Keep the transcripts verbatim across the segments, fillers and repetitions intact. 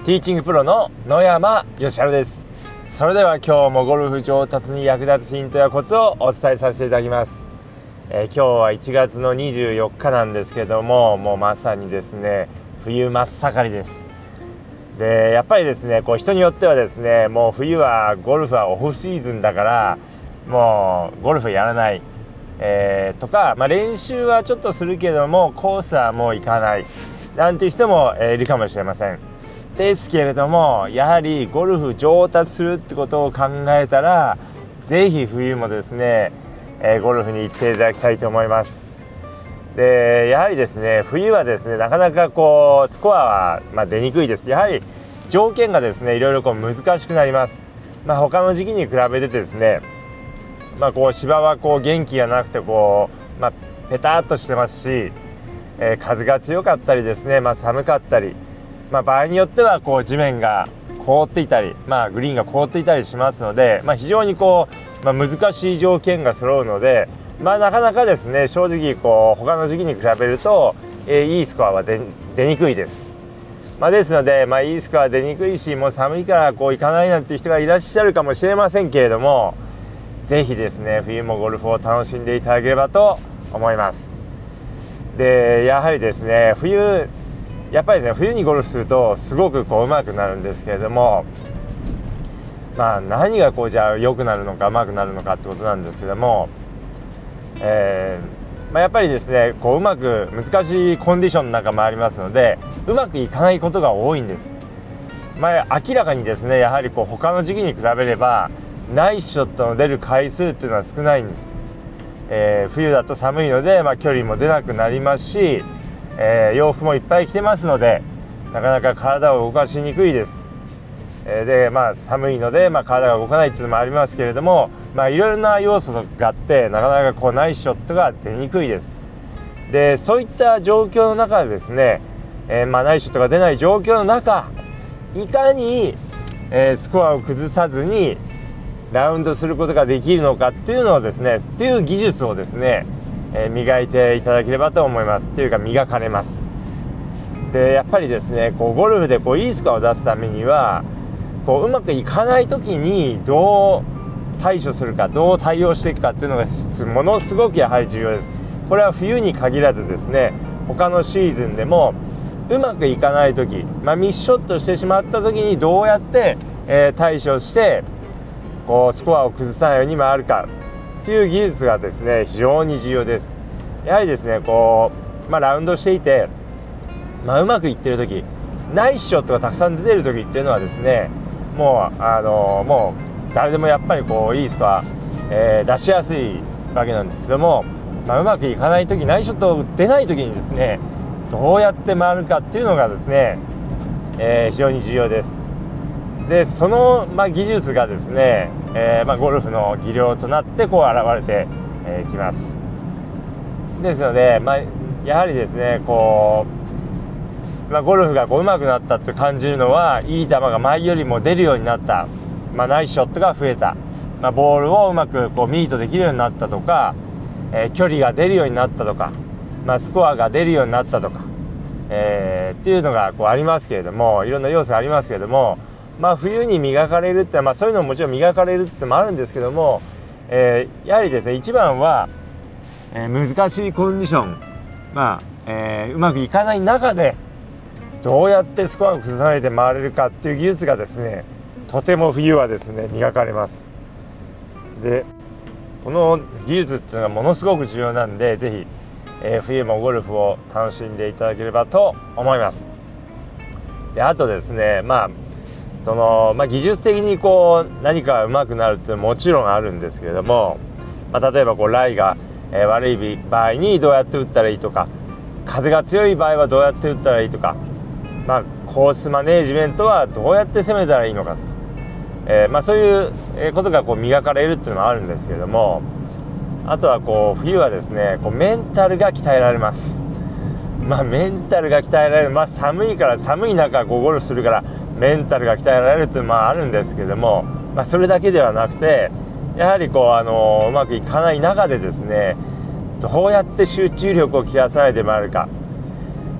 ティーチングプロの野山義晴です。それでは今日もゴルフ上達に役立つヒントやコツをお伝えさせていただきます。えー、今日はいちがつのにじゅうよっかなんですけども、もうまさにですね冬真っ盛りです。でやっぱりですねこう人によってはですねもう冬はゴルフはオフシーズンだからもうゴルフやらない、えー、とか、まあ、練習はちょっとするけどもコースはもう行かないなんていう人も、えー、いるかもしれません。ですけれどもやはりゴルフ上達するってことを考えたらぜひ冬もですね、えー、ゴルフに行っていただきたいと思います。でやはりですね冬はですねなかなかこうスコアは、まあ、出にくいです。やはり条件がですねいろいろこう難しくなります。まあ、他の時期に比べてですね、まあ、こう芝はこう元気がなくてこう、まあ、ペタッとしてますし、えー、風が強かったりですね、まあ、寒かったり、まあ、場合によってはこう地面が凍っていたり、まあ、グリーンが凍っていたりしますので、まあ、非常にこう、まあ、難しい条件が揃うので、まあ、なかなかですね正直こう他の時期に比べると、えー、いいスコアは 出, 出にくいです。まあ、ですので、まあ、いいスコアは出にくいしもう寒いからこう行かないなんていう人がいらっしゃるかもしれませんけれども、ぜひですね冬もゴルフを楽しんでいただければと思います。でやはりですね冬やっぱりですね冬にゴルフするとすごくこう上手くなるんですけれども、まあ何がこうじゃあ良くなるのか上手くなるのかってことなんですけども、えーまあ、やっぱりですねこううまく難しいコンディションの中もありますのでうまくいかないことが多いんです。まあ、明らかにですねやはりこう他の時期に比べればナイスショットの出る回数っていうのは少ないんです。えー、冬だと寒いので、まあ、距離も出なくなりますし、えー、洋服もいっぱい着てますのでなかなか体を動かしにくいです。えー、で、まあ、寒いので、まあ、体が動かないっていうのもありますけれども、まあ、いろいろな要素があってなかなかこうナイスショットが出にくいです。でそういった状況の中でですね、えーまあ、ナイスショットが出ない状況の中いかに、えー、スコアを崩さずにラウンドすることができるのかっていうのをですねっていう技術をですね、えー、磨いていただければと思います。っていうか磨かれます。でやっぱりですねこうゴルフでこういいスコアを出すためにはこううまくいかない時にどう対処するかどう対応していくかっていうのがものすごくやはり重要です。これは冬に限らずですね他のシーズンでもうまくいかない時、まあ、ミスショットしてしまった時にどうやって、えー、対処してこうスコアを崩さないように回るかっていう技術がですね非常に重要です。やはりですねこう、まあ、ラウンドしていて、まあ、うまくいってる時ナイスショットがたくさん出てる時っていうのはですねもうあのもう誰でもやっぱりこういいスコア、えー、出しやすいわけなんですけども、まあ、うまくいかない時ナイスショット出ない時にですねどうやって回るかっていうのがですね、えー、非常に重要です。でその、まあ、技術がですね、えーまあ、ゴルフの技量となってこう現れてき、えー、ます。ですので、まあ、やはりですねこう、まあ、ゴルフがこう上手くなったって感じるのはいい球が前よりも出るようになった、まあ、ナイスショットが増えた、まあ、ボールをうまくこうミートできるようになったとか、えー、距離が出るようになったとか、まあ、スコアが出るようになったとか、えー、っていうのがこうありますけれどもいろんな要素がありますけれども、まあ、冬に磨かれるって、まあ、そういうのももちろん磨かれるってのもあるんですけども、えー、やはりですね一番は、えー、難しいコンディション、まあえー、うまくいかない中でどうやってスコアを崩さないで回れるかっていう技術がですねとても冬はですね磨かれます。でこの技術っていうのがものすごく重要なんでぜひ、えー、冬もゴルフを楽しんでいただければと思います。であとですねまあそのまあ、技術的にこう何か上手くなるっていうのはもちろんあるんですけれども、まあ、例えばこうライが、えー、悪い場合にどうやって打ったらいいとか風が強い場合はどうやって打ったらいいとか、まあ、コースマネージメントはどうやって攻めたらいいのかとか、えーまあ、そういうことがこう磨かれるっていうのもあるんですけれども、あとはこう冬はですねこうメンタルが鍛えられます。まあ、メンタルが鍛えられる、まあ、寒いから寒い中こうゴルフするからメンタルが鍛えられるっていうのもあるんですけども、まあ、それだけではなくてやはりこうあのうまくいかない中でですねどうやって集中力を切らさないで回るか、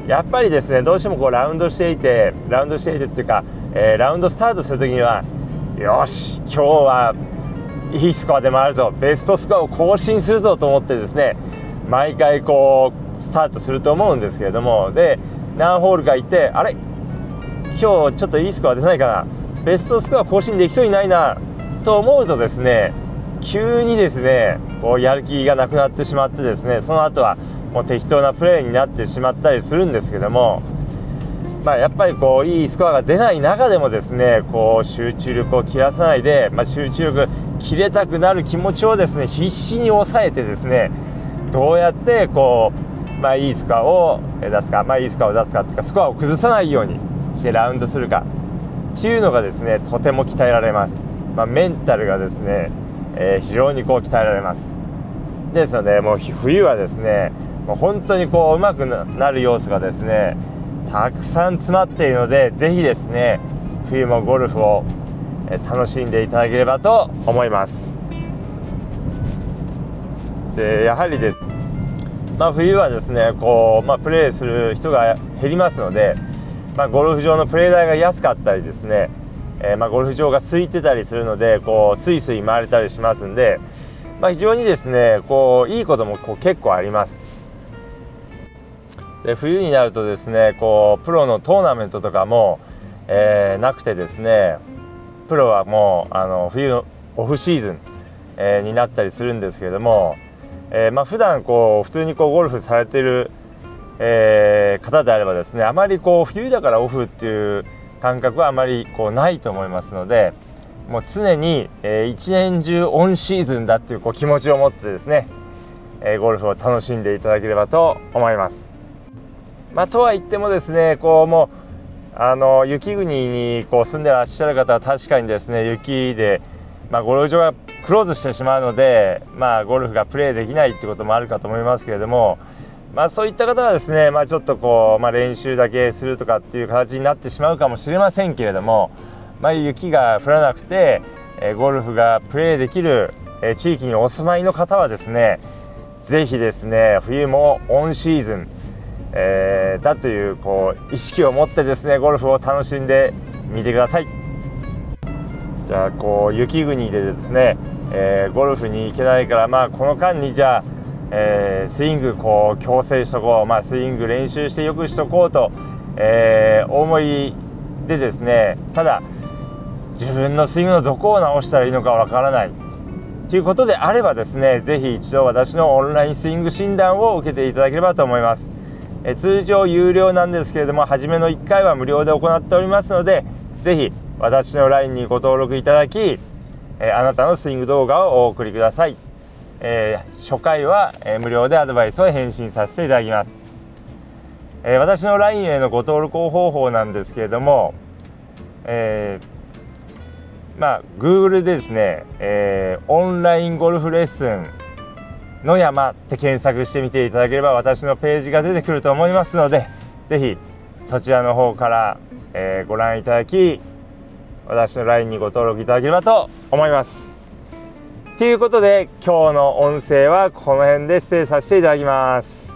やっぱりですねどうしてもこうラウンドしていてラウンドしていてっていうか、えー、ラウンドスタートするときにはよし今日はいいスコアで回るぞベストスコアを更新するぞと思ってですね毎回こうスタートすると思うんですけれども、で何ホールか行ってあれ今日ちょっといいスコア出ないかなベストスコア更新できそうにないなと思うとですね急にですねこうやる気がなくなってしまってですねその後はもう適当なプレーになってしまったりするんですけども、まあ、やっぱりこういいスコアが出ない中でもですねこう集中力を切らさないで、まあ、集中力切れたくなる気持ちをですね必死に抑えてですねどうやってこう、まあ、いいスコアを出すか、まあ、いいスコアを出すかというかスコアを崩さないようにしてラウンドするかっていうのがですねとても鍛えられます。まあ、メンタルがですね、えー、非常にこう鍛えられます。ですのでもう冬はですねもう本当にこう上手くなる要素がですねたくさん詰まっているのでぜひですね冬もゴルフを楽しんでいただければと思います。でやはりです、まあ、冬はですねこう、まあ、プレーする人が減りますので、まあ、ゴルフ場のプレー代が安かったりですね、えー、まあゴルフ場が空いてたりするのでこうスイスイ回れたりしますんで、まあ、非常にですねこういいこともこう結構あります。で冬になるとですねこうプロのトーナメントとかも、えー、なくてですねプロはもうあの冬のオフシーズン、えー、になったりするんですけれども、えーまあ、普段こう普通にこうゴルフされている、えー、方であればですねあまりこう冬だからオフっていう感覚はあまりこうないと思いますのでもう常に、えー、一年中オンシーズンだっていう、こう気持ちを持ってですね、えー、ゴルフを楽しんでいただければと思います。まあ、とは言ってもですねこうもうあの雪国にこう住んでらっしゃる方は確かにですね雪で、まあ、ゴルフ場がクローズしてしまうので、まあ、ゴルフがプレーできないってこともあるかと思いますけれども、まあ、そういった方はですね、まあ、ちょっとこう、まあ、練習だけするとかっていう形になってしまうかもしれませんけれども、まあ、雪が降らなくて、えー、ゴルフがプレーできる、えー、地域にお住まいの方はですねぜひですね冬もオンシーズンえー、だというこう意識を持ってですねゴルフを楽しんでみてください。じゃあこう雪国でですね、えー、ゴルフに行けないから、まあ、この間にじゃあ、えー、スイングこう矯正しとこう、まあ、スイング練習してよくしとこうと、えー、大思いでですねただ自分のスイングのどこを直したらいいのかわからないということであればですねぜひ一度私のオンラインスイング診断を受けていただければと思います。え通常有料なんですけれども初めのいっかいは無料で行っておりますのでぜひ私の ライン にご登録いただきえあなたのスイング動画をお送りください。えー、初回は、えー、無料でアドバイスを返信させていただきます。えー、私の ライン へのご登録方法なんですけれども、えー、まあ Google でですね、えー、オンラインゴルフレッスン野山って検索してみていただければ私のページが出てくると思いますのでぜひそちらの方から、えー、ご覧いただき私の ライン にご登録いただければと思います。ということで今日の音声はこの辺で失礼させていただきます。